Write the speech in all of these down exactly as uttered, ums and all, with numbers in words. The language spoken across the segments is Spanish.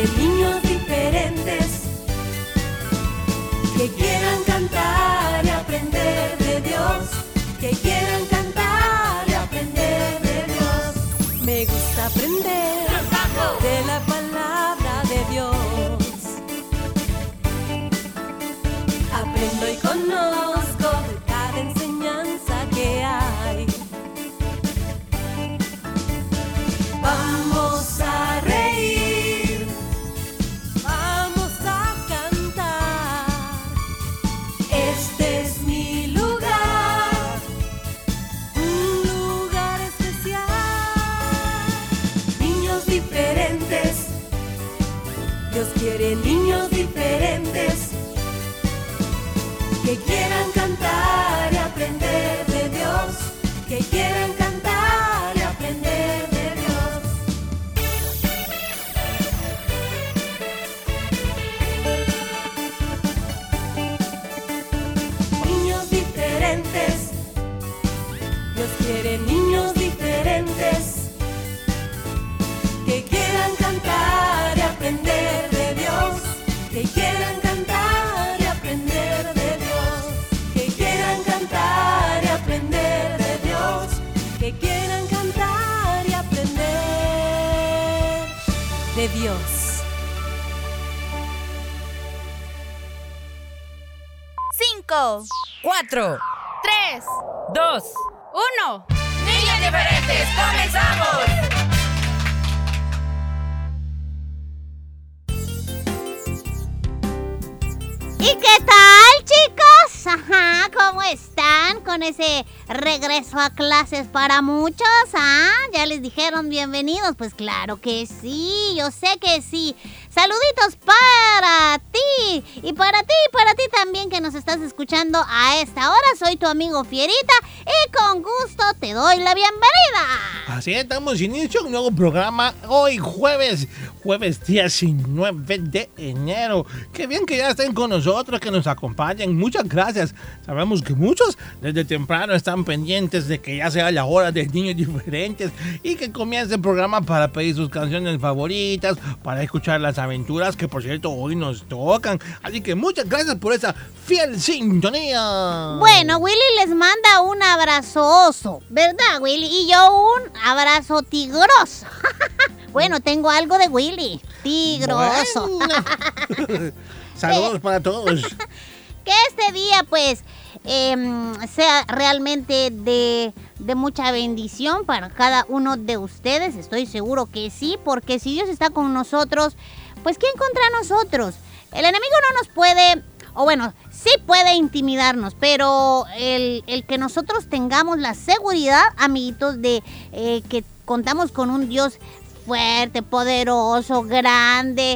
quiere niños diferentes que quieran cantar y aprender de Dios, que quieran cantar y aprender de Dios. Me gusta aprender de la palabra de Dios. Aprendo y conozco de cada enseñanza que hay. Vamos a reír, vamos a cantar. Este es mi lugar, un lugar especial. Niños diferentes, Dios quiere niños diferentes que quieran cantar y aprender de Dios, que quieran cantar y aprender de Dios. Niños diferentes, Dios quiere niños diferentes que quieran cantar y aprender de Dios, que quieran cantar y aprender de Dios, que quieran cantar y aprender de Dios, que quieran cantar y aprender de Dios. Cinco, Cuatro, tres, dos, uno. niños diferentes, ¡comenzamos! ¿Y qué tal, chicos? Ajá, ¿cómo están con ese regreso a clases para muchos? ¿Ah? ¿Ya les dijeron bienvenidos? Pues claro que sí, yo sé que sí. Saluditos para ti y para ti y para ti también que nos estás escuchando a esta hora. Soy tu amigo Fierita y con gusto te doy la bienvenida. Así es, damos inicio a un nuevo programa hoy jueves, jueves diecinueve de enero. Qué bien que ya estén con nosotros, que nos acompañen. Muchas gracias. Sabemos que muchos desde temprano están pendientes de que ya sea la hora de niños diferentes y que comience el programa para pedir sus canciones favoritas, para escuchar las aventuras que por cierto hoy nos tocan. Así que muchas gracias por esa fiel sintonía. Bueno, Willy les manda un abrazoso, ¿verdad, Willy? Y yo un abrazo tigroso. Bueno, tengo algo de Willy, tigroso. Bueno. Saludos para todos. Que este día, pues, eh, sea realmente de, de mucha bendición para cada uno de ustedes. Estoy seguro que sí, porque si Dios está con nosotros, pues ¿quién contra nosotros? El enemigo no nos puede, o bueno, sí puede intimidarnos, pero el, el que nosotros tengamos la seguridad, amiguitos, de eh, que contamos con un Dios fuerte, poderoso, grande,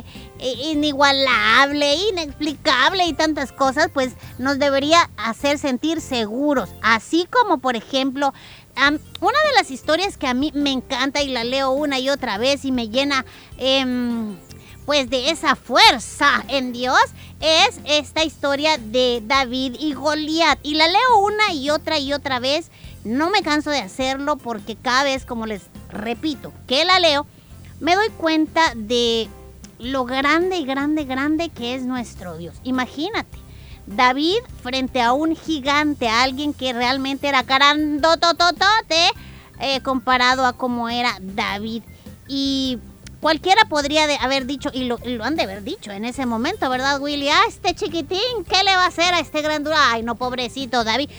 inigualable, inexplicable y tantas cosas, pues nos debería hacer sentir seguros. Así como, por ejemplo, um, una de las historias que a mí me encanta y la leo una y otra vez y me llena um, pues de esa fuerza en Dios, es esta historia de David y Goliat. Y la leo una y otra y otra vez. No me canso de hacerlo porque cada vez, como les repito, que la leo, me doy cuenta de lo grande y grande, grande que es nuestro Dios. Imagínate, David frente a un gigante, a alguien que realmente era grandotototote, eh, comparado a cómo era David. Y cualquiera podría de haber dicho, y lo, y lo han de haber dicho en ese momento, ¿verdad, Willy? Ah, este chiquitín, ¿qué le va a hacer a este granduro? Ay, no, pobrecito David.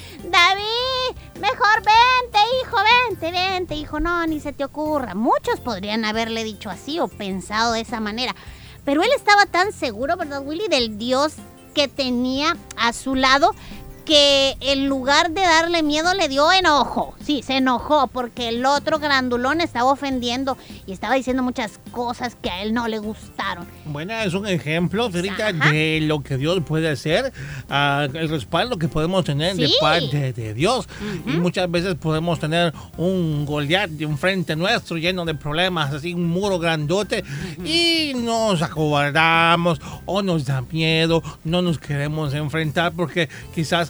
David, mejor vente, hijo, vente, vente, hijo, no, ni se te ocurra. Muchos podrían haberle dicho así o pensado de esa manera. Pero él estaba tan seguro, ¿verdad, Willy?, del Dios que tenía a su lado, que en lugar de darle miedo le dio enojo. Sí, se enojó porque el otro grandulón estaba ofendiendo y estaba diciendo muchas cosas que a él no le gustaron. Bueno, es un ejemplo, Ferita, de lo que Dios puede hacer, uh, el respaldo que podemos tener sí. de parte de Dios. Uh-huh. Y muchas veces podemos tener un Goliat de un frente nuestro lleno de problemas, así un muro grandote, uh-huh. y nos acobardamos o nos da miedo, no nos queremos enfrentar porque quizás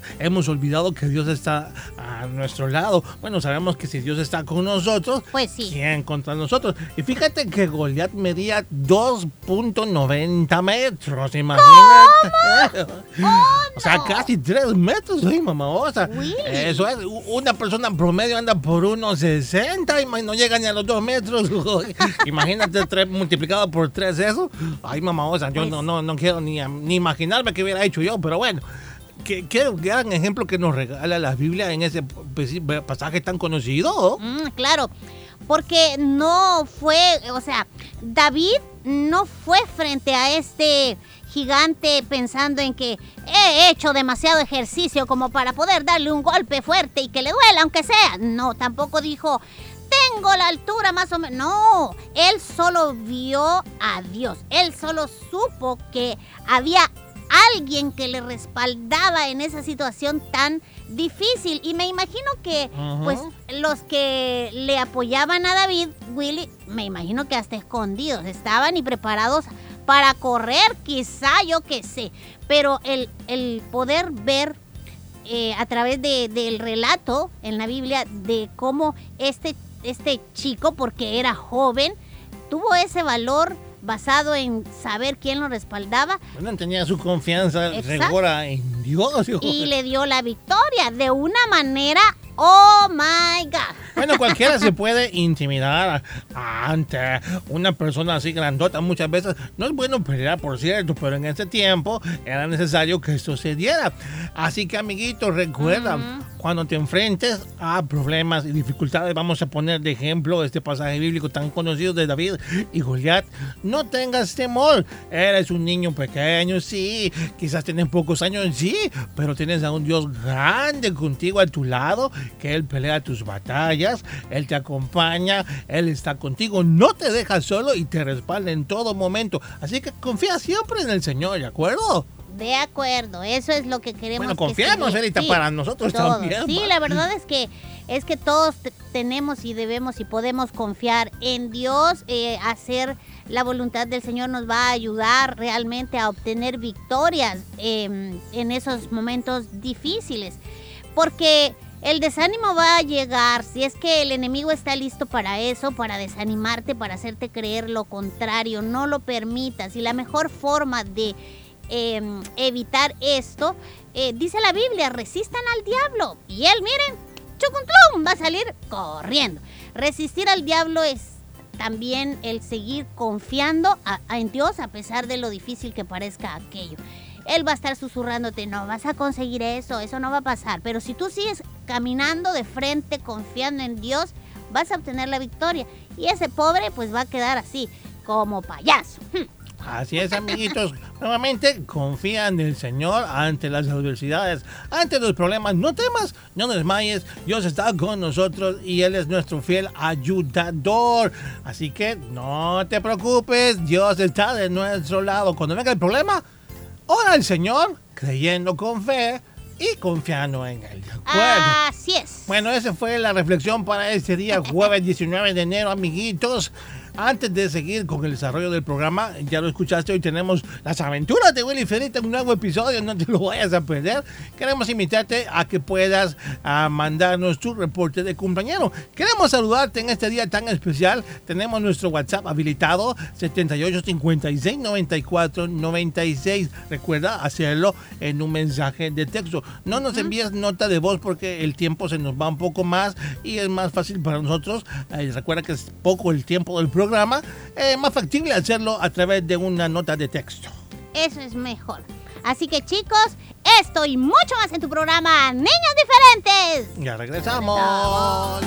hemos olvidado que Dios está a nuestro lado. Bueno, sabemos que si Dios está con nosotros, pues sí. ¿Quién contra nosotros? Y fíjate que Goliat medía dos punto noventa metros, imagínate. Oh, o sea, no. casi tres metros, ay, mamá. O sea, Willy. eso es, una persona promedio anda por unos sesenta y no llega ni a los dos metros. Imagínate tres, multiplicado por tres eso. Ay, mamá, o sea, yo Pues- no, no, no quiero ni, ni imaginarme qué hubiera hecho yo, pero bueno. Qué, qué gran ejemplo que nos regala la Biblia en ese pasaje tan conocido. Mm, claro, porque no fue, o sea, David no fue frente a este gigante pensando en que he hecho demasiado ejercicio como para poder darle un golpe fuerte y que le duela, aunque sea. No, tampoco dijo, tengo la altura más o menos. No, él solo vio a Dios. Él solo supo que había alguien que le respaldaba en esa situación tan difícil. Y me imagino que, Ajá. pues, los que le apoyaban a David, Willy, me imagino que hasta escondidos estaban y preparados para correr, quizá, yo qué sé. Pero el, el poder ver eh, a través de, del relato en la Biblia de cómo este, este chico, porque era joven, tuvo ese valor basado en saber quién lo respaldaba Bueno, tenía su confianza Exacto. segura en Dios. y le dio la victoria de una manera, oh my God. Bueno, cualquiera se puede intimidar ante una persona así grandota. Muchas veces no es bueno pelear, por cierto, pero en ese tiempo era necesario que esto se diera. Así que, amiguitos, recuerda, Ujú. cuando te enfrentes a problemas y dificultades, vamos a poner de ejemplo este pasaje bíblico tan conocido de David y Goliat. No tengas temor. Eres un niño pequeño, sí. Quizás tienes pocos años, sí, pero tienes a un Dios grande contigo a tu lado, que Él pelea tus batallas. Él te acompaña, Él está contigo, no te deja solo y te respalda en todo momento. Así que confía siempre en el Señor, ¿de acuerdo? De acuerdo, eso es lo que queremos. Bueno, que confiamos, se- Erika, sí, para nosotros todos. también. Sí, va. la verdad es que es que todos te- tenemos y debemos y podemos confiar en Dios. Eh, hacer la voluntad del Señor nos va a ayudar realmente a obtener victorias eh, en esos momentos difíciles. Porque el desánimo va a llegar si es que el enemigo está listo para eso, para desanimarte, para hacerte creer lo contrario. No lo permitas. Y la mejor forma de eh, evitar esto, eh, dice la Biblia, resistan al diablo. Y él, miren, chucuntlum, va a salir corriendo. Resistir al diablo es también el seguir confiando a- a- en Dios a pesar de lo difícil que parezca aquello. Él va a estar susurrándote, no vas a conseguir eso, eso no va a pasar. Pero si tú sigues caminando de frente, confiando en Dios, vas a obtener la victoria. Y ese pobre pues va a quedar así, como payaso. Hmm. Así es, amiguitos. Nuevamente, confía en el Señor ante las adversidades, ante los problemas. No temas, no desmayes. Dios está con nosotros y Él es nuestro fiel ayudador. Así que no te preocupes, Dios está de nuestro lado. Cuando venga el problema, ora al Señor, creyendo con fe y confiando en Él. ¿De acuerdo? Así es. Bueno, esa fue la reflexión para este día, jueves diecinueve de enero, amiguitos. Antes de seguir con el desarrollo del programa, ya lo escuchaste, hoy tenemos las aventuras de Willy Ferita en un nuevo episodio, no te lo vayas a perder. Queremos invitarte a que puedas a mandarnos tu reporte de cumpleañero. Queremos saludarte en este día tan especial. Tenemos nuestro WhatsApp habilitado, setenta y ocho cincuenta y seis noventa y cuatro noventa y seis. Recuerda hacerlo en un mensaje de texto. No nos envíes nota de voz porque el tiempo se nos va un poco más y es más fácil para nosotros. Eh, recuerda que es poco el tiempo del programa. programa, eh, más factible hacerlo a través de una nota de texto. Eso es mejor. Así que chicos, esto y mucho más en tu programa Niños Diferentes. Ya regresamos.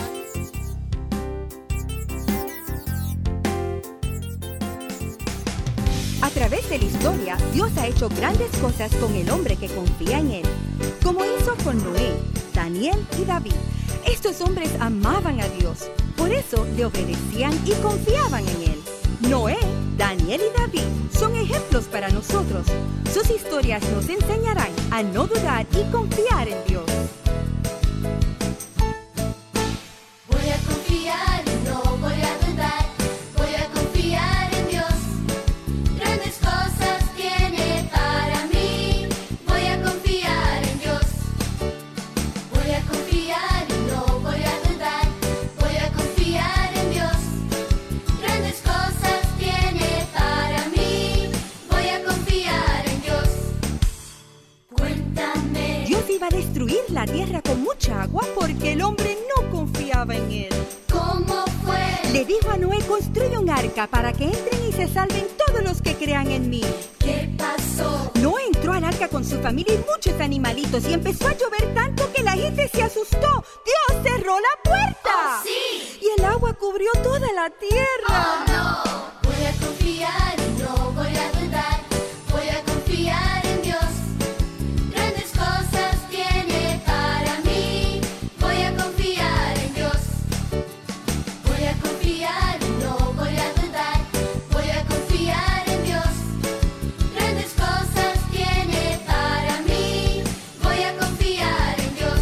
A través de la historia, Dios ha hecho grandes cosas con el hombre que confía en Él, como hizo con Noé, Daniel y David. Estos hombres amaban a Dios, por eso le obedecían y confiaban en Él. Noé, Daniel y David son ejemplos para nosotros. Sus historias nos enseñarán a no dudar y confiar en Dios. Voy a confiar, no voy a dudar, voy a confiar en Dios. Grandes cosas tiene para mí, voy a confiar en Dios. la tierra con mucha agua porque el hombre no confiaba en él. ¿Cómo fue? Le dijo a Noé, construye un arca para que entren y se salven todos los que crean en mí. ¿Qué pasó? Noé entró al arca con su familia y muchos animalitos y empezó a llover tanto que la gente se asustó. Dios cerró la puerta. ¡Oh, sí! Y el agua cubrió toda la tierra. ¡Oh, no! Voy a confiar y no voy a dudar. Voy a confiar en Dios. Grandes cosas tiene para mí. Voy a confiar en Dios. Voy a confiar y no voy a dudar. Voy a confiar en Dios. Grandes cosas tiene para mí. Voy a confiar en Dios.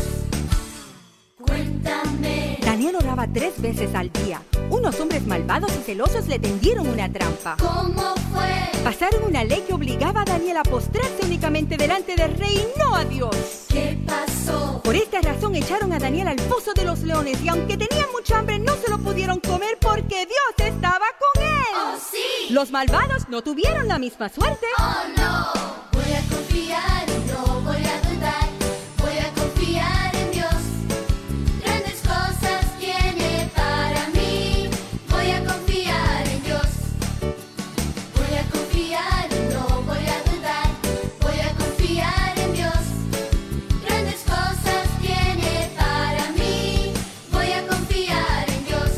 Cuéntame. Daniel oraba tres veces al día. Unos hombres malvados y celosos le tendieron una trampa. ¿Cómo fue? Pasaron una ley que obligaba a Daniel a postrarse únicamente delante del rey y no a Dios. ¿Qué pasó? Por esta razón echaron a Daniel al foso de los leones y aunque tenían mucha hambre no se lo pudieron comer porque Dios estaba con él. ¡Oh, sí! Los malvados no tuvieron la misma suerte. ¡Oh, no! Voy a confiar y no voy a dudar. Voy a confiar en Dios. Grandes cosas tiene para mí. Voy a confiar en Dios. Voy a confiar y no voy a dudar. Voy a confiar en Dios. Grandes cosas tiene para mí. Voy a confiar en Dios.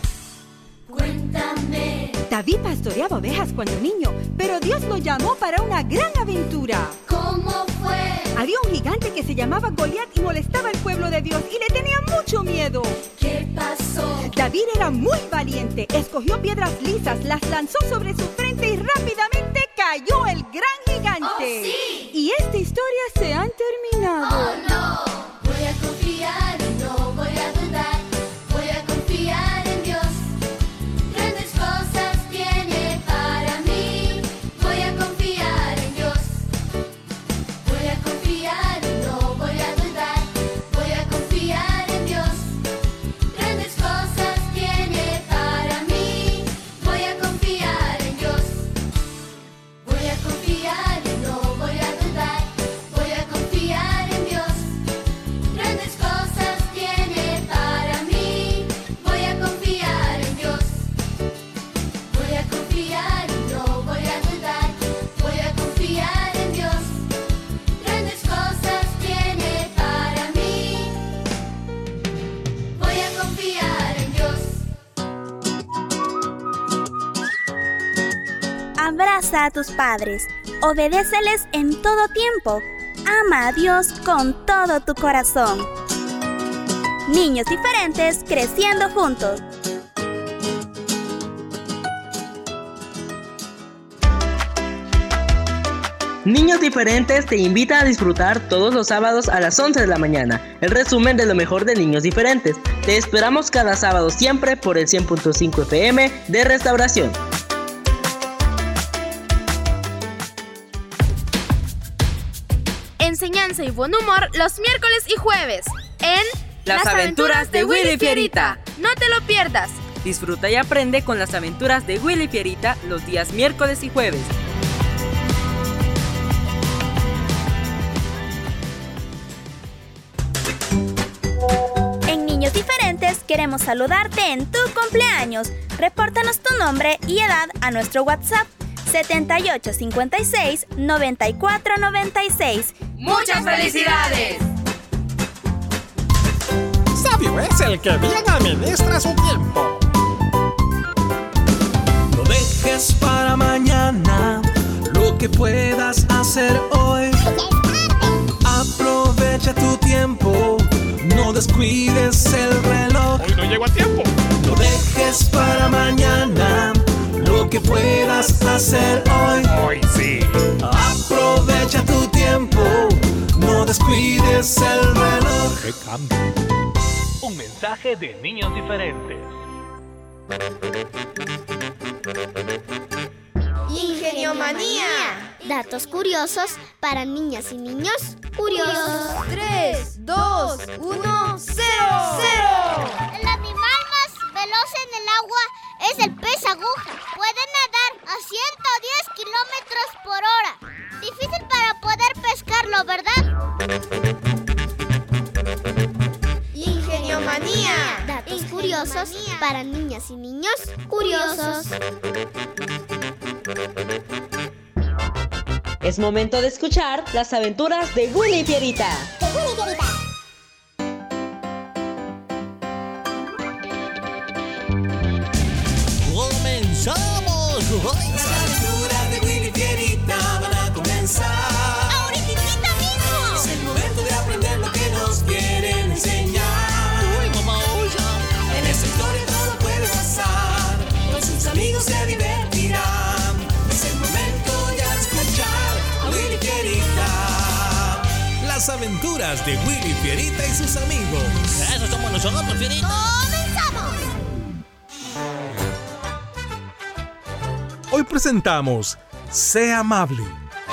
Cuéntame. David pastoreaba ovejas cuando niño, pero Dios lo llamó para una gran aventura. ¿Cómo fue? Había un gigante que se llamaba Goliat y molestaba al pueblo de Dios y le tenía mucho miedo. ¿Qué pasó? David era muy valiente, escogió piedras lisas, las lanzó sobre su frente y rápidamente cayó el gran gigante. ¡Oh, sí! Y esta historia se ha terminado. ¡Oh, no! Voy a confiar y no voy a dudar. Voy a confiar en Dios. Grandes cosas tiene para mí. Voy a confiar en Dios. Voy a confiar y no voy a dudar. Voy a confiar en Dios. Grandes cosas tiene para mí. Voy a confiar en Dios. Voy a confiar y no voy a dudar. Voy a confiar en Dios. Grandes cosas tiene para mí. Voy a confiar en Dios. Voy a confiar y no voy a dudar. Voy a confiar en Dios. Grandes cosas tiene para mí. Voy a confiar en Dios. Abraza a tus padres, obedéceles en todo tiempo, ama a Dios con todo tu corazón. Niños diferentes creciendo juntos. Niños Diferentes te invita a disfrutar todos los sábados a las once de la mañana el resumen de lo mejor de Niños Diferentes. Te esperamos cada sábado siempre por el cien punto cinco F M de Restauración. Enseñanza y buen humor los miércoles y jueves en Las aventuras de Willy Fierita. No te lo pierdas. Disfruta y aprende con las aventuras de Willy Fierita los días miércoles y jueves. En Niños Diferentes queremos saludarte en tu cumpleaños. Repórtanos tu nombre y edad a nuestro WhatsApp setenta y ocho cincuenta y seis noventa y cuatro noventa y seis. ¡Muchas felicidades! Sabio es el que bien administra su tiempo. No dejes para mañana lo que puedas hacer hoy. Aprovecha tu tiempo, no descuides el reloj. Hoy no llego a tiempo. No dejes para mañana lo que puedas hacer hoy. Hoy sí. Aprovecha tu tiempo, no descuides el reloj. ¡Qué cambio! Un mensaje de Niños Diferentes. Ingeniomanía. Datos curiosos para niñas y niños curiosos. tres, dos, uno, cero. ¡Cero! El animal más veloz en el agua es el pez aguja. Puede nadar a ciento diez kilómetros por hora. Difícil para poder pescarlo, ¿verdad? Para niñas y niños curiosos. Es momento de escuchar las aventuras de Willy y Fierita. Willy y Fierita. ¡Comenzamos! Las aventuras de Willy y Fierita van a comenzar. ¡Ahorita mismo! Es el momento de aprender lo que nos quieren enseñar. ¡Uy, mamá, oye! En esta historia todo puede pasar. Con sus amigos se divertirán. Es el momento ya de escuchar a Willy y Fierita. Las aventuras de Willy, Fierita y sus amigos. Eso somos nosotros, Fierita. ¡Comenzamos! Hoy presentamos Sé Amable.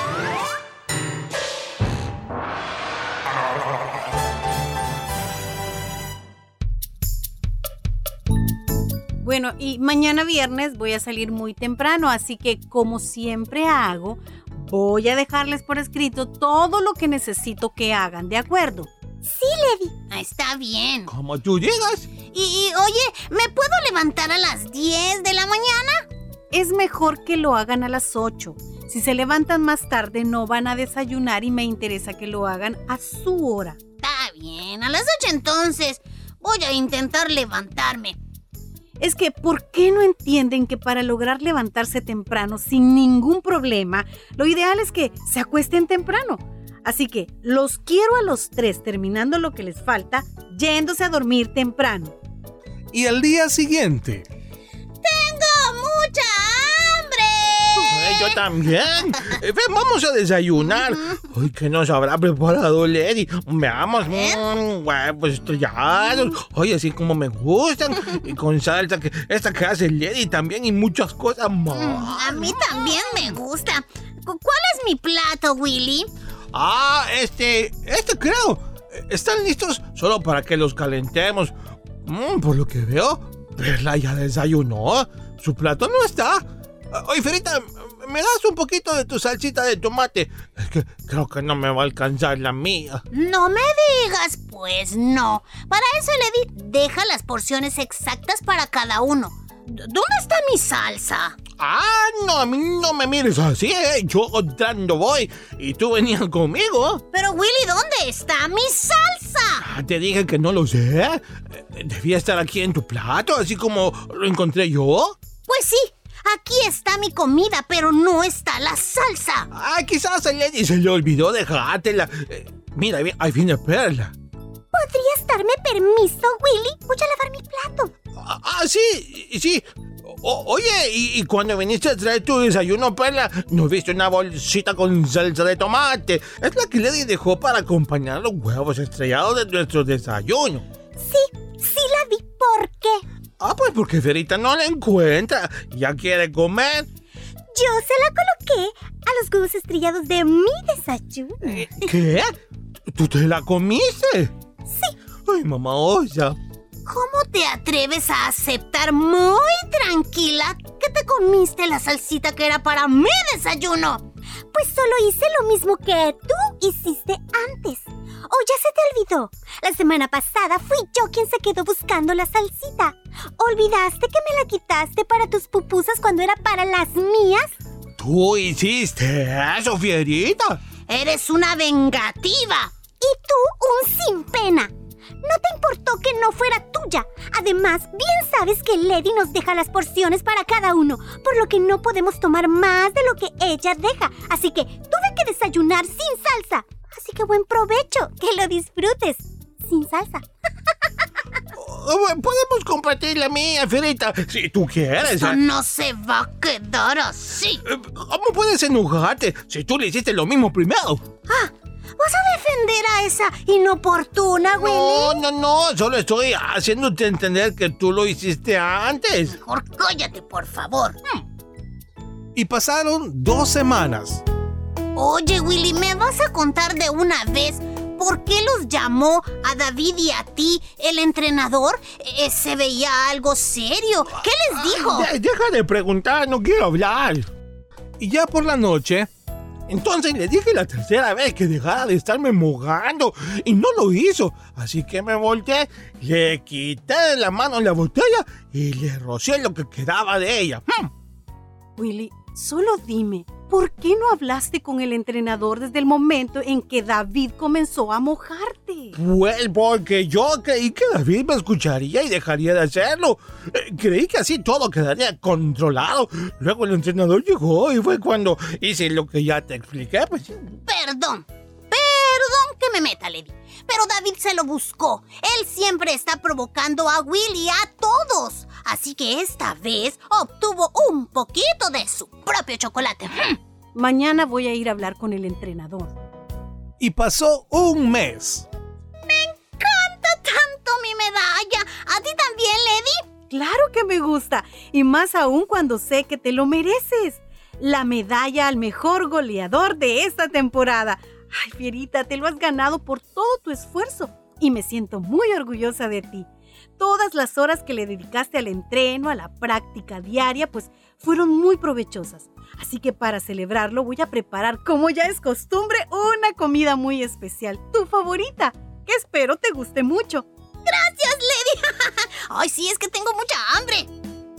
Bueno, y mañana viernes voy a salir muy temprano, así que como siempre hago, voy a dejarles por escrito todo lo que necesito que hagan, ¿de acuerdo? Sí, Lady. Está bien. Como tú digas. Y, y, oye, ¿me puedo levantar a las diez de la mañana? Es mejor que lo hagan a las ocho. Si se levantan más tarde no van a desayunar y me interesa que lo hagan a su hora. Está bien, a las ocho entonces. Voy a intentar levantarme. Es que, ¿por qué no entienden que para lograr levantarse temprano sin ningún problema, lo ideal es que se acuesten temprano? Así que los quiero a los tres terminando lo que les falta, yéndose a dormir temprano. Y al día siguiente. ¡Tengo mucha hambre! Eh, yo también. Eh, ven, vamos a desayunar. Uy, ¿qué nos habrá preparado Lady? Veamos. Mmm, huevos estrellados. Oye, así como me gustan. Y con salsa, que esta que hace Lady también y muchas cosas más. A mí también me gusta. ¿Cuál es mi plato, Willy? Ah, este, este creo. ¿Están listos? Solo para que los calentemos. Mm, por lo que veo, Perla ya desayunó. Su plato no está. Oye, Fierita, ¿me das un poquito de tu salsita de tomate? Es que creo que no me va a alcanzar la mía. No me digas, pues no. Para eso, Lady, deja las porciones exactas para cada uno. ¿Dónde está mi salsa? Ah, no, a mí no me mires así, ¿eh? Yo entrando voy y tú venías conmigo. Pero, Willy, ¿dónde está mi salsa? Ah, te dije que no lo sé. Debía estar aquí en tu plato, así como lo encontré yo. Pues sí. Aquí está mi comida, pero no está la salsa. Ah, quizás a Lady se le olvidó dejártela. Eh, mira, ahí viene Perla. ¿Podrías darme permiso, Willy? Voy a lavar mi plato. Ah, ah sí, sí. O, oye, ¿y, y cuando viniste a traer tu desayuno, Perla, ¿no viste una bolsita con salsa de tomate? Es la que Lady dejó para acompañar los huevos estrellados de nuestro desayuno. Sí, sí la vi. ¿Por qué? Ah, pues porque Fierita no la encuentra. ¿Ya quiere comer? Yo se la coloqué a los huevos estrellados de mi desayuno. ¿Qué? ¿Tú te la comiste? Sí. Ay, mamá olla. ¿Cómo te atreves a aceptar muy tranquila que te comiste la salsita que era para mi desayuno? Pues solo hice lo mismo que tú hiciste antes. ¿O ya se te olvidó? La semana pasada fui yo quien se quedó buscando la salsita. ¿Olvidaste que me la quitaste para tus pupusas cuando era para las mías? ¿Tú hiciste eso, Fierita? Eres una vengativa. Y tú un sin pena. No te importó que no fuera tuya. Además, bien sabes que Lady nos deja las porciones para cada uno, por lo que no podemos tomar más de lo que ella deja. Así que tuve que desayunar sin salsa. Así que buen provecho, que lo disfrutes sin salsa. Podemos compartir la mía, Fierita, si tú quieres. Esto no se va a quedar así. ¿Cómo puedes enojarte si tú le hiciste lo mismo primero? Ah, ¿vas a defender a esa inoportuna, Willy? No, no, no, solo estoy haciéndote entender que tú lo hiciste antes. Mejor cállate, por favor. Y pasaron dos semanas. Oye, Willy, ¿me vas a contar de una vez por qué los llamó a David y a ti el entrenador? Eh, se veía algo serio. ¿Qué les dijo? Ah, deja de preguntar, no quiero hablar. Y ya por la noche, Entonces le dije la tercera vez que dejara de estarme mojando y no lo hizo. Así que me volteé, le quité de la mano la botella y le rocié lo que quedaba de ella. ¡Hmm! Willy, solo dime, ¿por qué no hablaste con el entrenador desde el momento en que David comenzó a mojarte? Pues porque yo creí que David me escucharía y dejaría de hacerlo. Eh, creí que así todo quedaría controlado. Luego el entrenador llegó y fue cuando hice lo que ya te expliqué. Pues. Perdón, perdón que me meta, Lady, pero David se lo buscó. Él siempre está provocando a Willy a todos. Así que esta vez obtuvo un poquito de su propio chocolate. Mañana voy a ir a hablar con el entrenador. Y pasó un mes. ¡Me encanta tanto mi medalla! ¿A ti también, Lady? ¡Claro que me gusta! Y más aún cuando sé que te lo mereces. La medalla al mejor goleador de esta temporada. Ay, Fierita, te lo has ganado por todo tu esfuerzo. Y me siento muy orgullosa de ti. Todas las horas que le dedicaste al entreno, a la práctica diaria, pues fueron muy provechosas. Así que para celebrarlo voy a preparar, como ya es costumbre, una comida muy especial, tu favorita, que espero te guste mucho. ¡Gracias, Lady! ¡Ay, sí, es que tengo mucha hambre!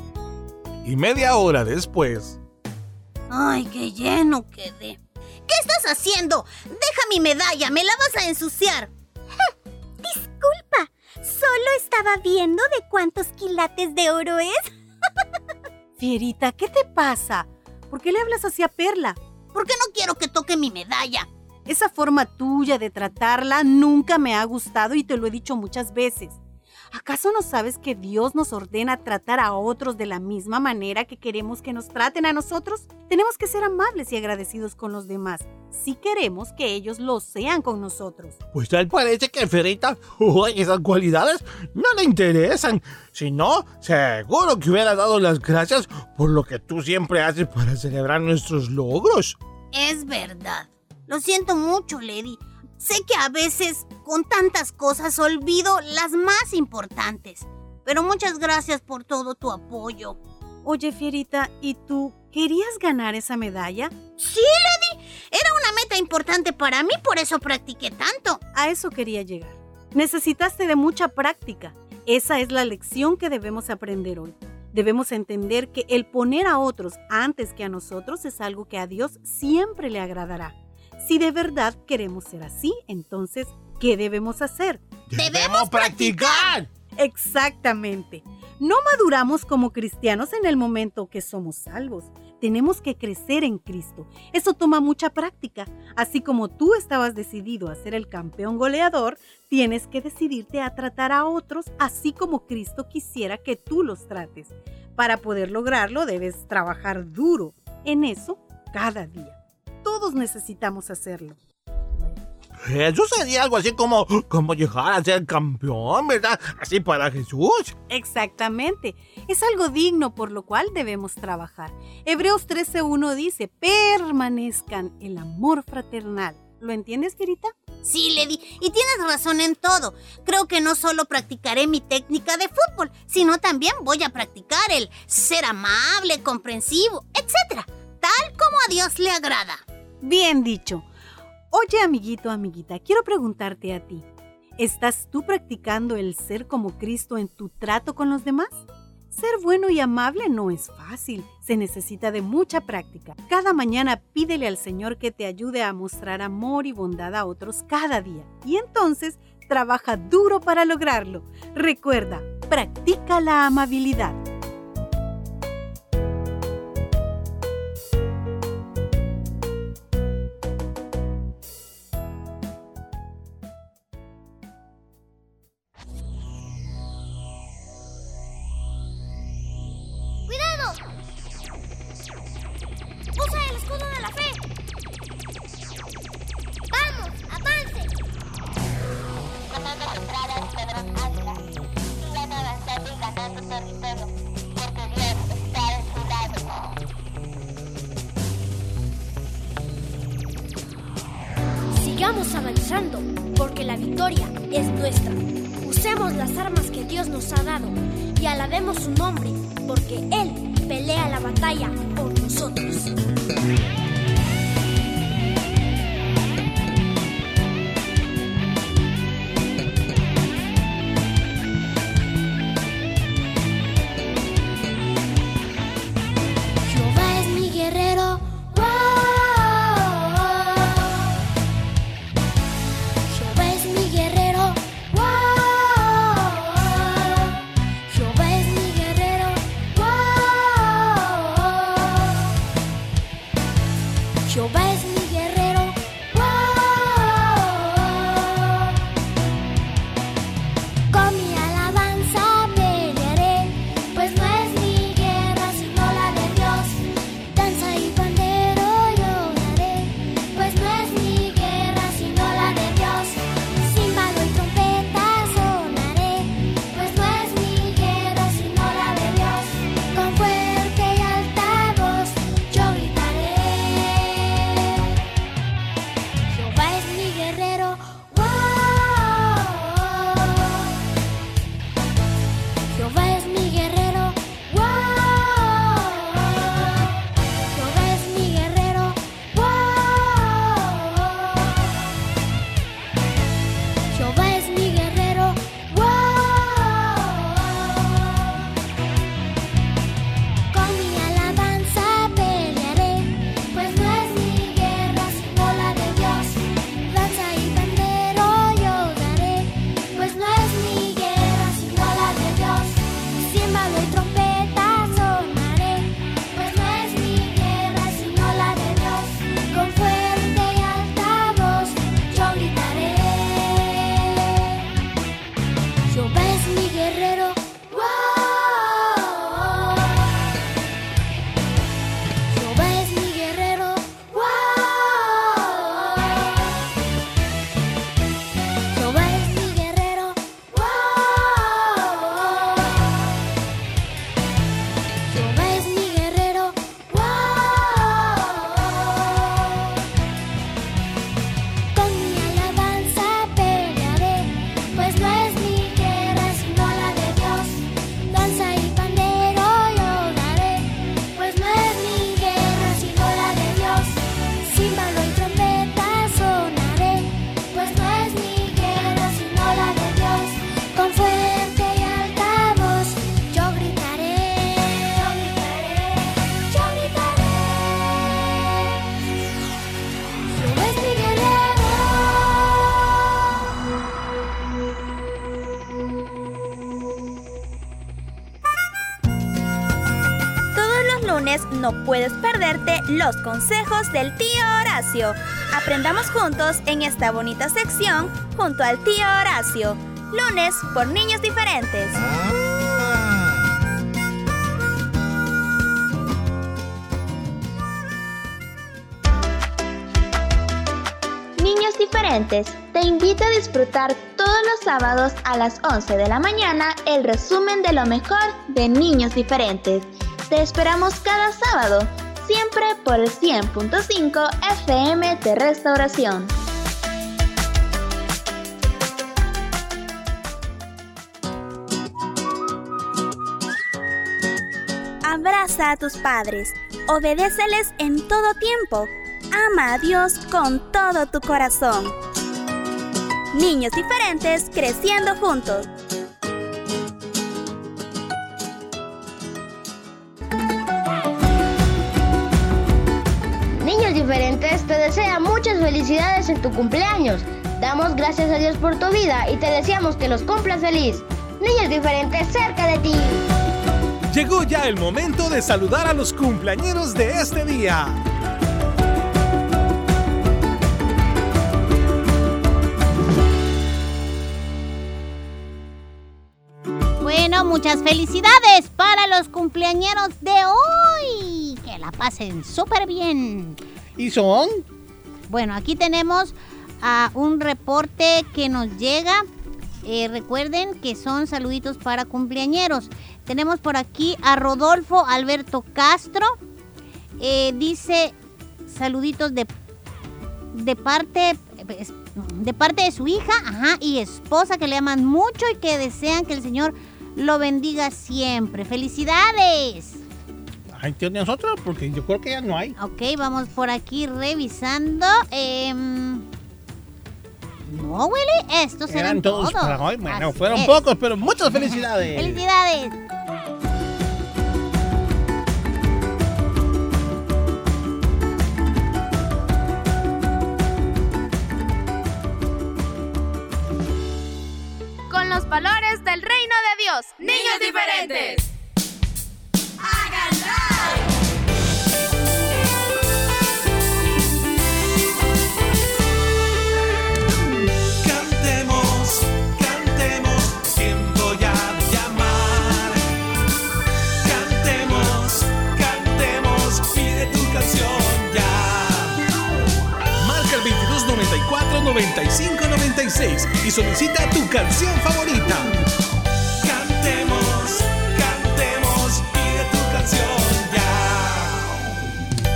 Y media hora después... ¡Ay, qué lleno quedé! ¿Qué estás haciendo? Deja mi medalla, me la vas a ensuciar. Disculpa, solo estaba viendo de cuántos quilates de oro es. Fierita, ¿qué te pasa? ¿Por qué le hablas así a Perla? Porque no quiero que toque mi medalla. Esa forma tuya de tratarla nunca me ha gustado y te lo he dicho muchas veces. ¿Acaso no sabes que Dios nos ordena tratar a otros de la misma manera que queremos que nos traten a nosotros? Tenemos que ser amables y agradecidos con los demás, si queremos que ellos lo sean con nosotros. Pues tal parece que Fierita, uy, esas cualidades no le interesan. Si no, seguro que hubiera dado las gracias por lo que tú siempre haces para celebrar nuestros logros. Es verdad. Lo siento mucho, Lady. Sé que a veces, con tantas cosas, olvido las más importantes. Pero muchas gracias por todo tu apoyo. Oye, Fierita, ¿y tú querías ganar esa medalla? Sí, Lady. Era una meta importante para mí, por eso practiqué tanto. A eso quería llegar. Necesitaste de mucha práctica. Esa es la lección que debemos aprender hoy. Debemos entender que el poner a otros antes que a nosotros es algo que a Dios siempre le agradará. Si de verdad queremos ser así, entonces, ¿qué debemos hacer? ¡Debemos practicar! Exactamente. No maduramos como cristianos en el momento que somos salvos. Tenemos que crecer en Cristo. Eso toma mucha práctica. Así como tú estabas decidido a ser el campeón goleador, tienes que decidirte a tratar a otros así como Cristo quisiera que tú los trates. Para poder lograrlo, debes trabajar duro en eso cada día. Todos necesitamos hacerlo. Eso sería algo así como, como llegar a ser campeón, ¿verdad? Así para Jesús. Exactamente. Es algo digno por lo cual debemos trabajar. Hebreos trece uno dice, permanezcan el amor fraternal. ¿Lo entiendes, Fierita? Sí, Lady, y tienes razón en todo. Creo que no solo practicaré mi técnica de fútbol, sino también voy a practicar el ser amable, comprensivo, etcétera, tal como a Dios le agrada. Bien dicho. Oye, amiguito, amiguita, quiero preguntarte a ti. ¿Estás tú practicando el ser como Cristo en tu trato con los demás? Ser bueno y amable no es fácil, se necesita de mucha práctica. Cada mañana pídele al Señor que te ayude a mostrar amor y bondad a otros cada día. Y entonces, trabaja duro para lograrlo. Recuerda, practica la amabilidad. Sigamos avanzando, porque la victoria es nuestra. Usemos las armas que Dios nos ha dado y alabemos su nombre, porque Él pelea la batalla por nosotros. Jehová es mi guerrero. Con mi alabanza pelearé, pues no es mi guerra sino la de Dios. Danza y pandero yo daré, pues no es mi guerra sino la de Dios. Címbalo y trompeta sonaré, pues no es mi guerra sino la de Dios. Con fuerte y alta voz yo gritaré. Jehová es mi guerrero. Jehová es mi guerrero, wow. Jehová es mi guerrero, wow. Jehová es mi guerrero, wow. Con mi alabanza pelearé, pues no es mi guerra sino la de Dios. Danza y pandero yo daré, pues no es mi guerra sino la de Dios. Címbalo y trompeta sonaré, pues no es mi guerra sino la de Dios. Con fuerte y alta voz yo gritaré. Jehová es mi guerrero, wow. Jehová es mi guerrero, wow. Jehová es mi guerrero, wow. Jehová es mi guerrero, wow. Con mi alabanza pelearé, pues no es mi guerra sino la de Dios. Danza y pandero yo daré, pues no es mi guerra sino la de Dios. Címbalo y trompeta sonaré, pues no es mi guerra sino la de Dios. Con fuerte y alta voz yo gritaré, yo gritaré, yo gritaré. Jehová es mi guerrero. Todos los lunes no puedes perderte los consejos del tío Horacio. Aprendamos juntos en esta bonita sección junto al tío Horacio. Lunes por niños diferentes. Niños diferentes, te invito a disfrutar todos los sábados a las once de la mañana el resumen de lo mejor de Niños Diferentes. Te esperamos cada sábado, siempre por el cien punto cinco F M de Restauración. Abraza a tus padres, obedéceles en todo tiempo. Ama a Dios con todo tu corazón. Niños diferentes creciendo juntos. Niños Diferentes te desea muchas felicidades en tu cumpleaños. Damos gracias a Dios por tu vida y te deseamos que los cumplas feliz. Niños Diferentes cerca de ti. Llegó ya el momento de saludar a los cumpleañeros de este día. Bueno, muchas felicidades para los cumpleañeros de hoy. Que la pasen súper bien. ¿Y son? Bueno, aquí tenemos a un reporte que nos llega. Eh, recuerden que son saluditos para cumpleañeros. Tenemos por aquí a Rodolfo Alberto Castro. Eh, dice saluditos de, de parte de parte de su hija, ajá, y esposa, que le aman mucho y que desean que el Señor lo bendiga siempre. ¡Felicidades! Ay, tío, nosotros, porque yo creo que ya no hay. Ok, vamos por aquí revisando. Eh, no, Willy, estos eran, eran todos, todos para hoy. Bueno, Así fueron es. pocos, pero muchas felicidades. ¡Felicidades! Con los valores del reino de Dios. Niños diferentes. noventa y cinco noventa y seis y solicita tu canción favorita. Cantemos, cantemos, pide tu canción ya.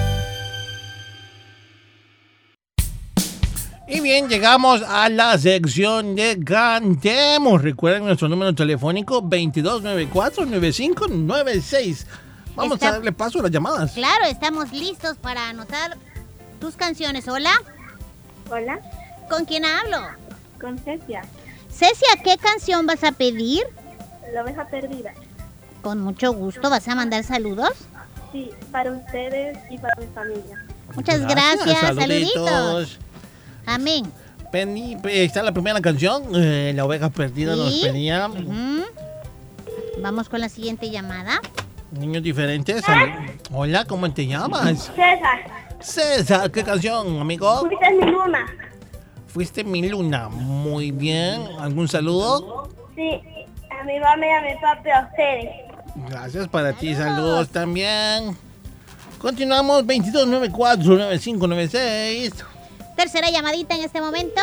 Y bien, llegamos a la sección de Cantemos. Recuerden nuestro número telefónico veintidós noventa y cuatro noventa y cinco noventa y seis. Vamos Está- a darle paso a las llamadas. Claro, estamos listos para anotar tus canciones. Hola. Hola. ¿Con quién hablo? Con Cecia, Cecia, ¿qué canción vas a pedir? la oveja perdida. Con mucho gusto. ¿Vas a mandar saludos? Sí, para ustedes y para mi familia. Muchas gracias. Saluditos. Saluditos. Amén. Penny, eh, está la primera canción. eh, la oveja perdida nos Sí. pedía. Ujú. Vamos con la siguiente llamada. Niños diferentes. Sal- Hola, ¿cómo te llamas? César, César, ¿qué canción, amigo? fuiste mi luna. Fuiste mi luna. Muy bien. ¿Algún saludo? Sí, a mi mamá y a mi papi, a ustedes. Gracias para ti. Saludos también. Continuamos. veintidós noventa y cuatro noventa y cinco noventa y seis. Tercera llamadita en este momento.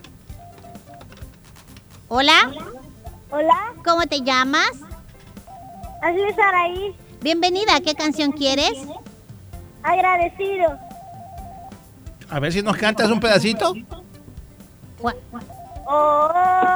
Hola. Hola. ¿Cómo te llamas? Así es, Saraí. Bienvenida. ¿Qué canción quieres? Agradecido. A ver si nos cantas un pedacito. Oh, oh,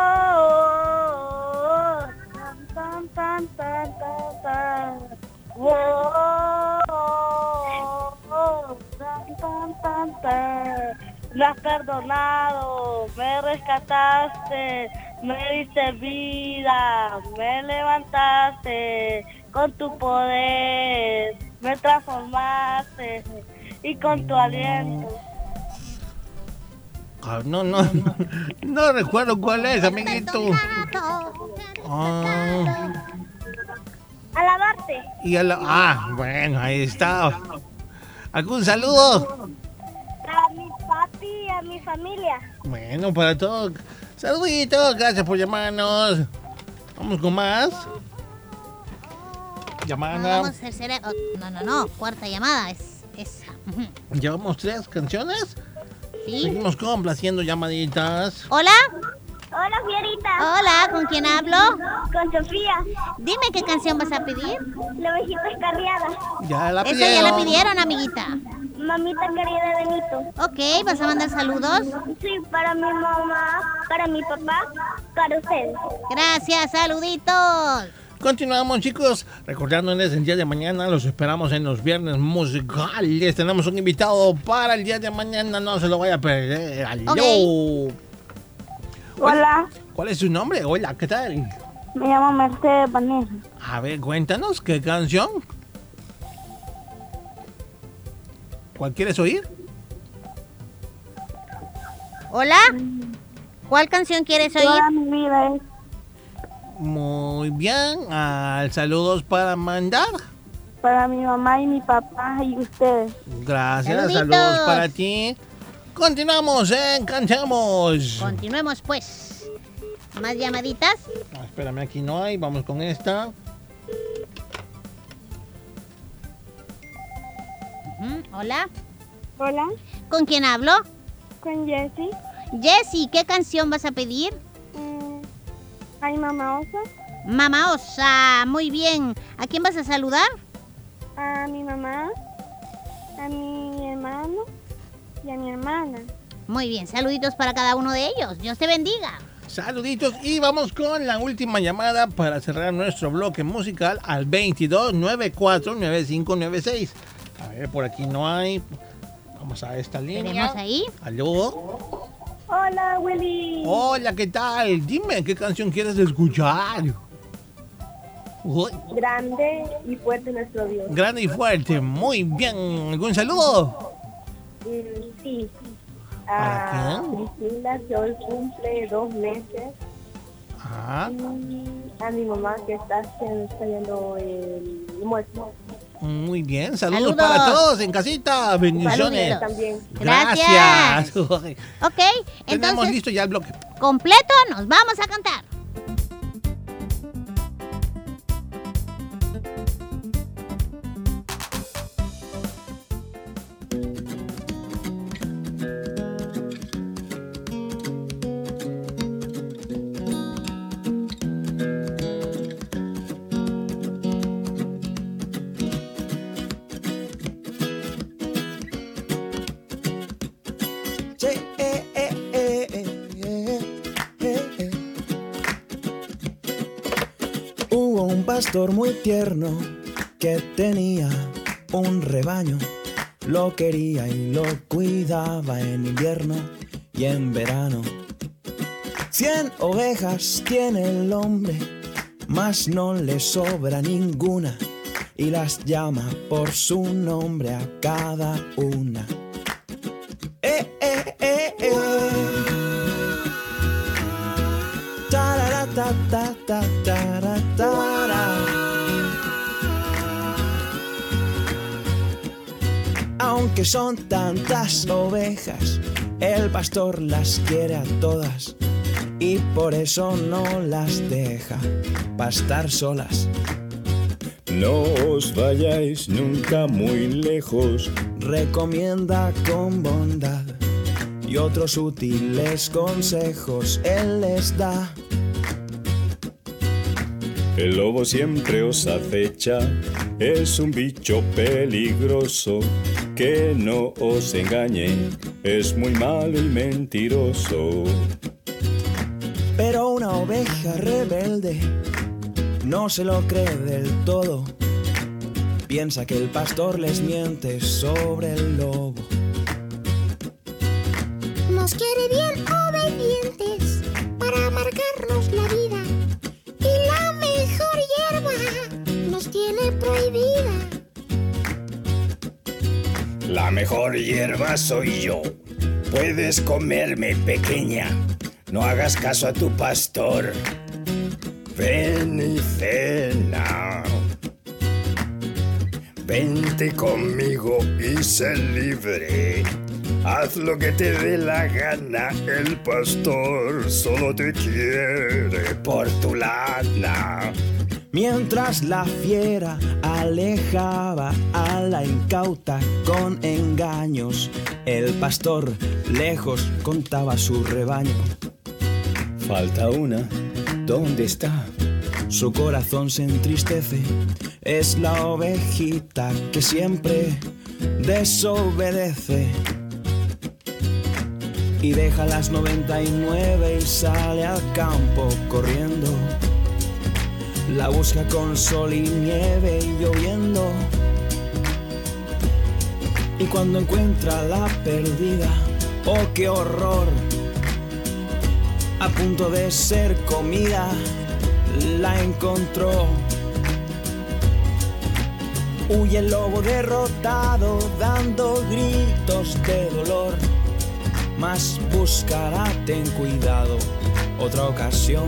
oh, oh. Tan, tan, tan, tan, tan. Oh, oh, oh. Tan, tan, tan, tan. Me has perdonado, me rescataste, me diste vida, me levantaste con tu poder, me transformaste y con tu aliento. Ah, no, no, no, no recuerdo cuál es, amiguito. Ah, Alabarte. y a la- ah, bueno, ahí está. ¿Algún saludo? A mi papi y a mi familia. Bueno, para todos. Saluditos, gracias por llamarnos. Vamos con más. Llamada. Vamos, tercera. oh, no, no, no. Cuarta llamada. Es esa. Ujú. Llevamos tres canciones. Sí. Seguimos complaciendo llamaditas. Hola. Hola, Fierita. Hola, ¿con quién hablo? Con Sofía. Dime qué canción vas a pedir. La ovejita escarriada. Ya la Esa pidieron. ya la pidieron, amiguita. Mamita querida de Benito. Ok, ¿vas a mandar saludos? Sí, para mi mamá, para mi papá, para ustedes. Gracias, saluditos. Continuamos, chicos. Recordándoles el día de mañana, los esperamos en los viernes musicales. Tenemos un invitado para el día de mañana, no se lo vaya a perder. ¡Aló! Ok. Hola, ¿Cuál es su nombre? Hola, ¿qué tal? me llamo Mercedes Vanessa. A ver, cuéntanos, ¿qué canción? ¿Cuál quieres oír? Hola. ¿Cuál canción quieres oír? Toda mi vida es Muy bien. Ah, saludos para mandar. para mi mamá y mi papá y ustedes. Gracias, Saluditos. saludos para ti. Continuamos en Cantemos. Continuemos, pues. ¿Más llamaditas? Ah, espérame, aquí no hay. Vamos con esta. Ujú, Hola. Hola, ¿Con quién hablo? con Jessie. Jessy, ¿qué canción vas a pedir? Mm, Ay, mamá osa. Mamá Osa, muy bien. ¿A quién vas a saludar? A mi mamá, a mi hermano y a mi hermana. Muy bien, saluditos para cada uno de ellos. Dios te bendiga. Saluditos y vamos con la última llamada para cerrar nuestro bloque musical al veintidós noventa y cuatro noventa y cinco noventa y seis. A ver, por aquí no hay. Vamos a esta línea. ¿Tenemos ahí? ¿Aló? Hola, Willy. Hola, ¿qué tal? Dime, ¿qué canción quieres escuchar? Uy, Grande y fuerte nuestro Dios. grande y fuerte, muy bien. ¿Algún saludo? Mm, sí. ¿Para A Priscila, que hoy cumple dos meses. Ah, Y a mi mamá, que está haciendo el almuerzo. muy bien. Saludos, Saludos. para todos en casita. Bendiciones. Saludos también. Gracias. Ok, Tenemos entonces, listo ya el bloque. completo, nos vamos a cantar. Sí, eh, eh, eh, eh, eh, eh. Hubo un pastor muy tierno que tenía un rebaño. Lo quería y lo cuidaba en invierno y en verano. Cien ovejas tiene el hombre, mas no le sobra ninguna, y las llama por su nombre a cada una. Eh, eh, eh, eh. Tarara, ta, ta, ta, tara, tara. Aunque son tantas ovejas, el pastor las quiere a todas y por eso no las deja pastar solas. No os vayáis nunca muy lejos, recomienda con bondad, y otros útiles consejos él les da. El lobo siempre os acecha, es un bicho peligroso, que no os engañe, es muy malo y mentiroso. Pero una oveja rebelde no se lo cree del todo, piensa que el pastor les miente sobre el lobo. Nos quiere bien obedientes para amargarnos la vida, y la mejor hierba nos tiene prohibida. La mejor hierba soy yo. Puedes comerme, pequeña. No hagas caso a tu pastor. Ven y cena. Vente conmigo y sé libre. Haz lo que te dé la gana. El pastor solo te quiere por tu lana. Mientras la fiera alejaba a la incauta con engaños, el pastor lejos contaba su rebaño. Falta una, ¿dónde está? Su corazón se entristece, es la ovejita que siempre desobedece. Y deja las noventa y nueve y sale al campo corriendo. La busca con sol y nieve y lloviendo. Y cuando encuentra la perdida, ¡oh qué horror! A punto de ser comida, la encontró. Huye el lobo derrotado, dando gritos de dolor. Mas buscará, ten cuidado, otra ocasión.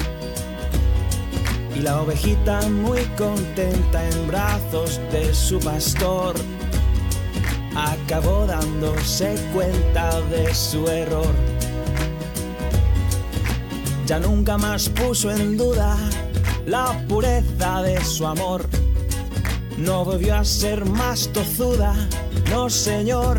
Y la ovejita muy contenta en brazos de su pastor acabó dándose cuenta de su error. Ya nunca más puso en duda la pureza de su amor. No volvió a ser más tozuda, no señor.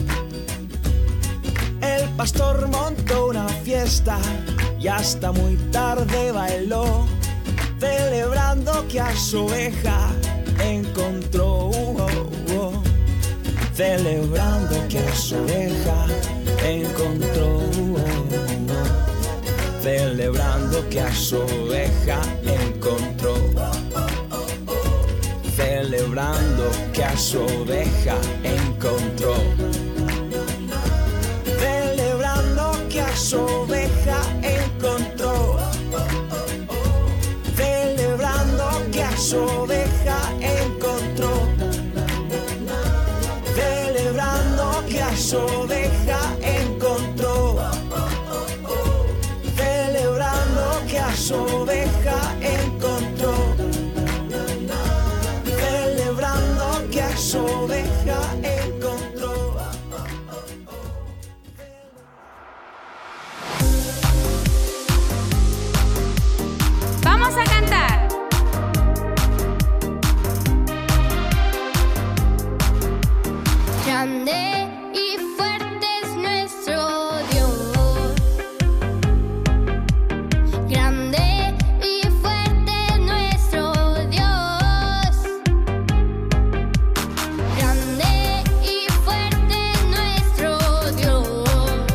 El pastor montó una fiesta y hasta muy tarde bailó, celebrando que a su oveja encontró. Oh, oh. Celebrando que a su oveja encontró. Oh, oh. Celebrando que a su oveja encontró. Celebrando que a su oveja encontró. Celebrando que a su oveja encontró. Celebrando que a su oveja encontró. Celebrando que a su oveja encontró. Celebrando que a su oveja encontró. Celebrando que a su oveja encontró. Vamos a cantar. Grande y fuerte es nuestro Dios. Grande y fuerte es nuestro Dios. Grande y fuerte es nuestro Dios.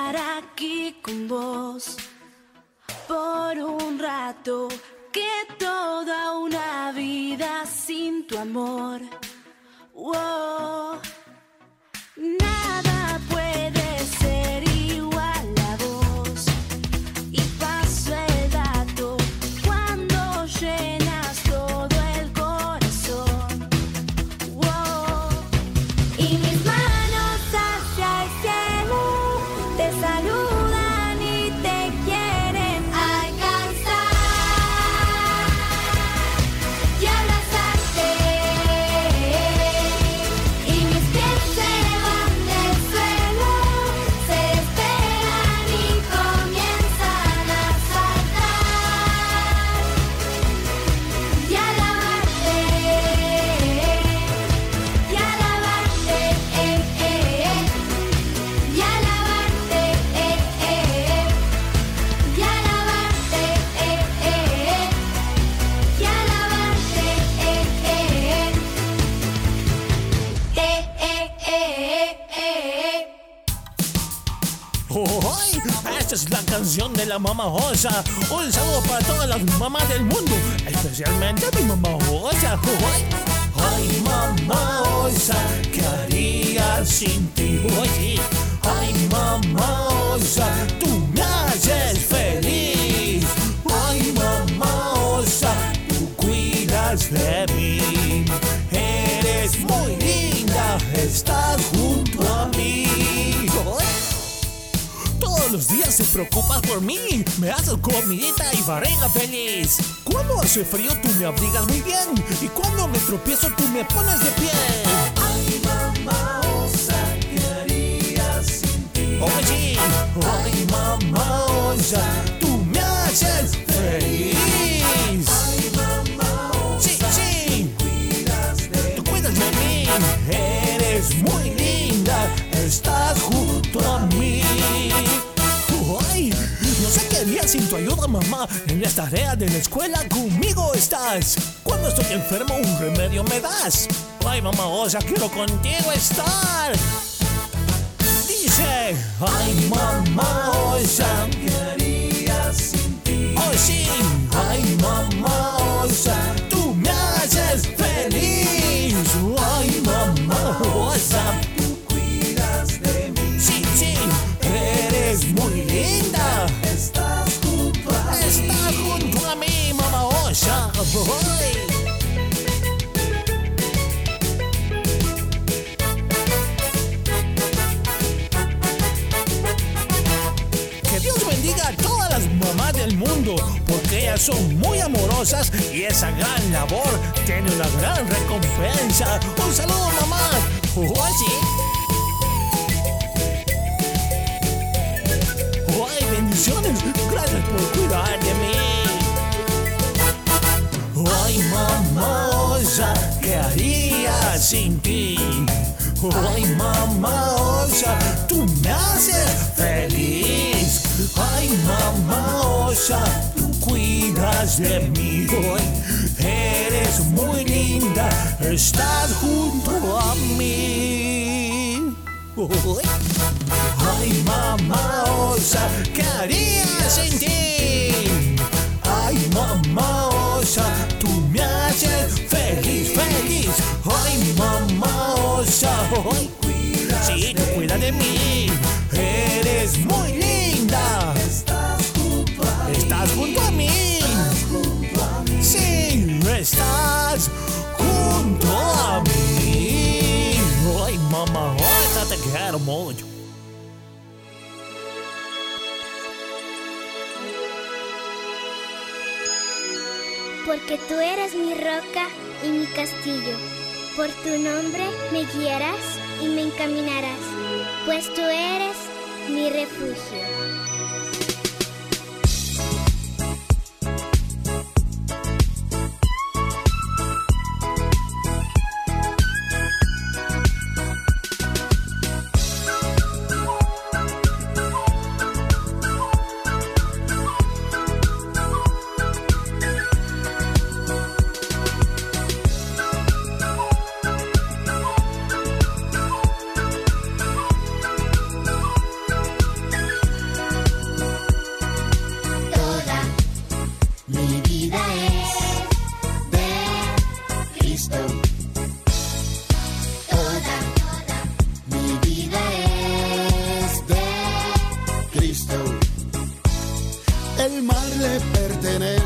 estar aquí con vos por un rato, que toda una vida sin tu amor. Wow. Nada puede ser igual a vos. Y paso el dato cuando llenas todo el corazón. Wow. Y mis manos hacia el cielo te saludan y te quieren alcanzar y abrazarte. Y mis pies se van del suelo, se despegan y comienzan a saltar y alabarte, y alabarte, eh, eh, eh, y alabarte, eh, eh, eh, y alabarte, eh, eh, eh, y alabarte, eh, eh, eh, eh, eh, eh, eh. ¡Ay! Esta es la canción de la mamá Osa. Un saludo para todas las mamás del mundo, especialmente mi mamá Osa. ¡Ay! Ay, mamá Osa, ¿qué haría sin ti? Oye, ay, mamá Osa, tú me haces feliz. Ay, mamá Osa, tú cuidas de mí. Eres muy linda, estás junto a mí. ¡Ay! Todos los días te preocupas por mí, me haces comidita y barriga feliz. Cuando hace frío tú me abrigas muy bien, y cuando me tropiezo tú me pones de pie. Ay, mamá Osa, ¿qué haría sin ti? Oye, ay, mamá Osa, tú me haces feliz. Ay, mamá Osa, sí, sí, tú cuidas de, tú cuidas de mí. Eres muy linda, estás junto a mí. Ay, no sé qué haría sin tu ayuda, mamá. En las tareas de la escuela conmigo estás. Cuando estoy enfermo un remedio me das. Ay, mamá Osa, quiero contigo estar. Dice, ay, mamá Osa, ¿qué haría sin ti? Oh, sí, ay, mamá Osa, tú me haces feliz. Ay, mamá Osa, tú cuidas de mí. Sí, sí, eres muy linda. Estás junto a mí. Estás junto a mí, mamá Osa. Ay. Que Dios bendiga a todas las mamás del mundo, porque ellas son muy amorosas y esa gran labor tiene una gran recompensa. Un saludo, mamá. Oh, sí. ¡Ay, bendiciones! Gracias por cuidar de mí. ¡Ay, mamá Osa, ¿qué haría sin ti? ¡Ay, mamá Osa, tú me haces feliz! ¡Ay, mamá Osa, tú cuidas de mí! ¡Ay, eres muy linda, estás junto a mí! ¡Ay! Ay, mamá Osa, ¿qué haría sin ti? Ay, mamá Osa, tú me haces feliz, feliz. Ay, mamá Osa, ay, sí, tú cuidas de mí. Eres muy linda. Estás junto a mí. Estás junto a mí. Sí, estás junto a mí. Ay, mamá Osa, te quiero mucho. Porque tú eres mi roca y mi castillo. Por tu nombre me guiarás y me encaminarás, pues tú eres mi refugio.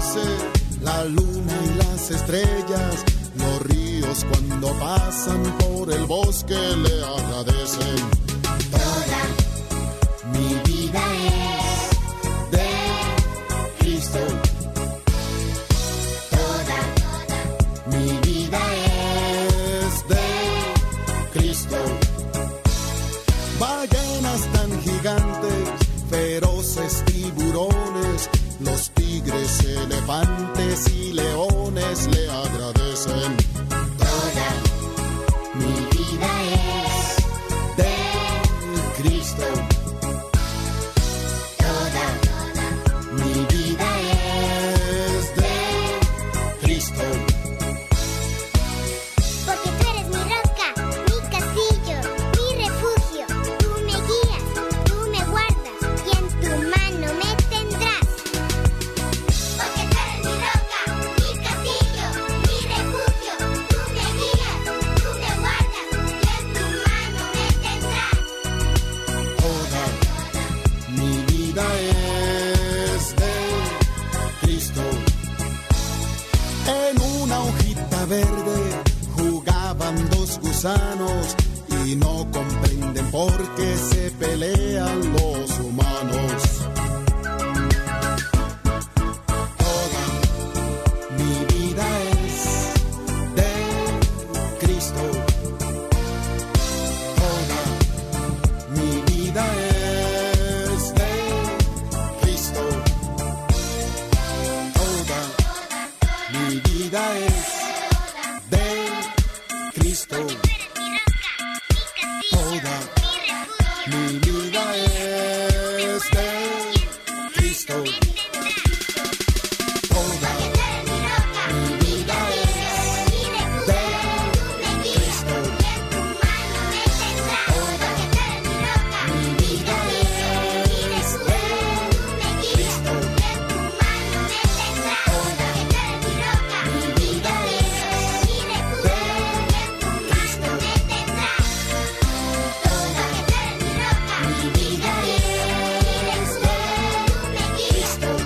agradece la luna y las estrellas, los ríos cuando pasan por el bosque le agradecen. Toda mi vida es de Cristo. Toda mi vida es de Cristo. Ballenas tan gigantes, feroces tiburones, los tigres, elefantes y leones le agradecen. Toda mi vida es de Cristo. Toda mi vida es de Cristo. Porque tú eres mi roca, mi castillo, mi refugio. Tú me guías, tú me guardas y en tu mano me tendrás. Porque tú eres mi roca, mi castillo, mi refugio. Tú me guías, tú me guardas y en tu mano me tendrás. Toda mi vida es de Cristo. En una hojita verde jugaban dos gusanos y no comprenden por qué se pelean los humanos. Toda mi vida es de Cristo. Toda mi vida es de Cristo. Toda mi vida es de Cristo. Toda mi vida es de Cristo. Toda mi vida es de Cristo. Toda mi vida es de Cristo. Toda mi vida es de Cristo.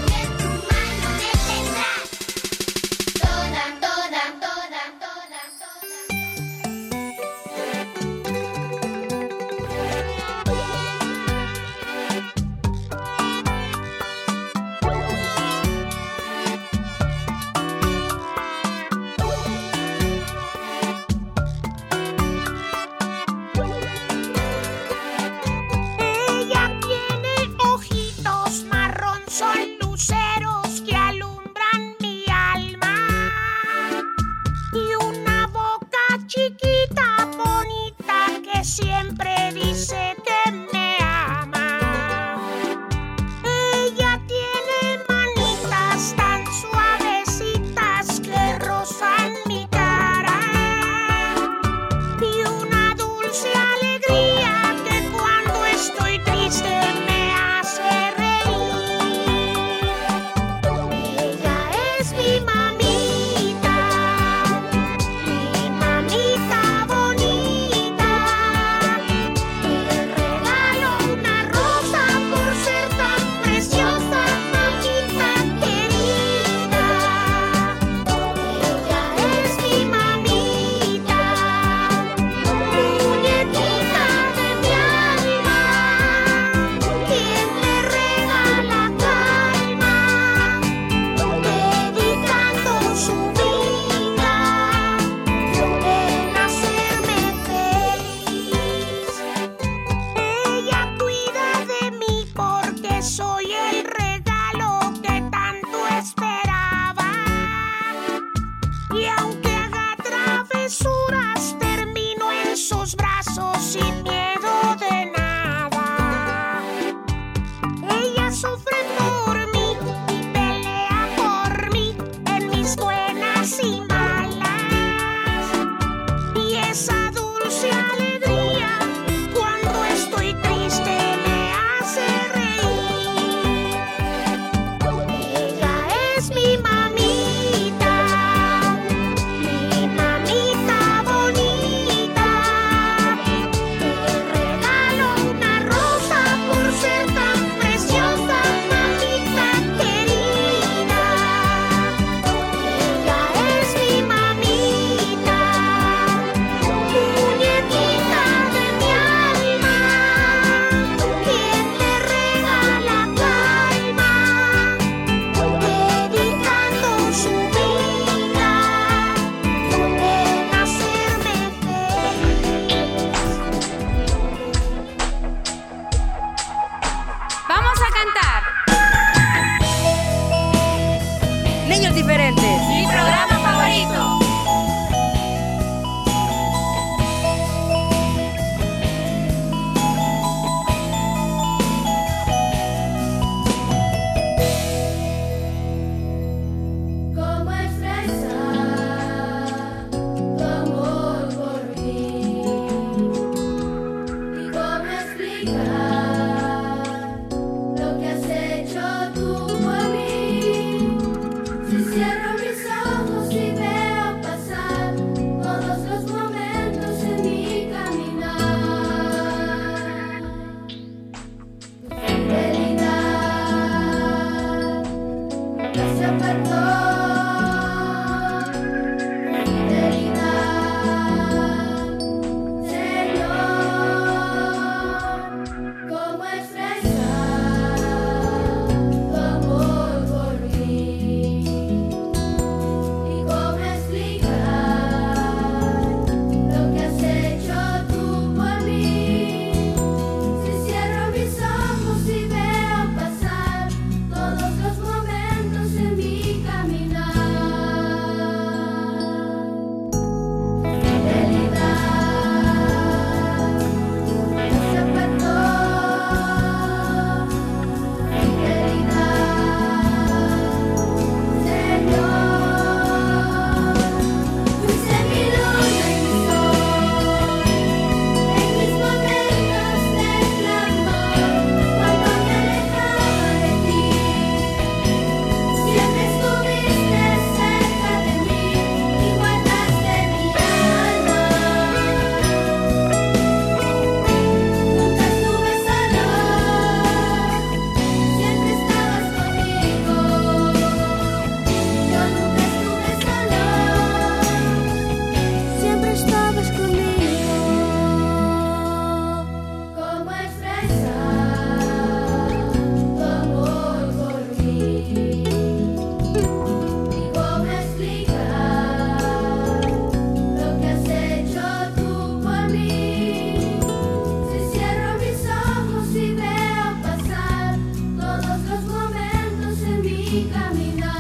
sin caminar.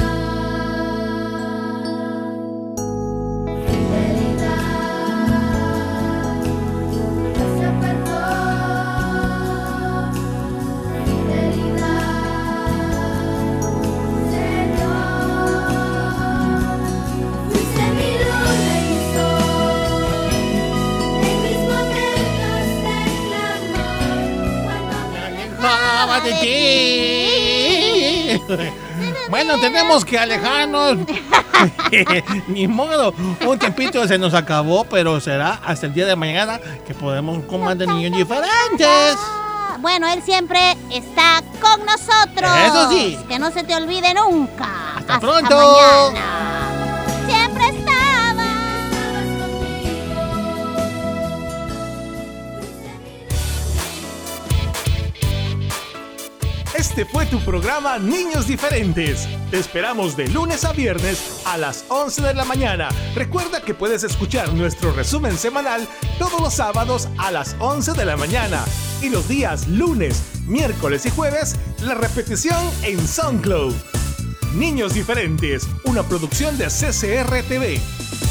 De ti. Bueno, tenemos que alejarnos. Ni modo, un tiempito se nos acabó, pero será hasta el día de mañana que podemos con más de niños diferentes. Bueno, él siempre está con nosotros. Eso sí. Que no se te olvide nunca. Hasta, hasta pronto. Mañana. Siempre estaba. Este fue tu programa Niños Diferentes. Te esperamos de lunes a viernes a las once de la mañana. Recuerda que puedes escuchar nuestro resumen semanal todos los sábados a las once de la mañana. Y los días lunes, miércoles y jueves, la repetición en SoundCloud. Niños Diferentes, una producción de C C R T V.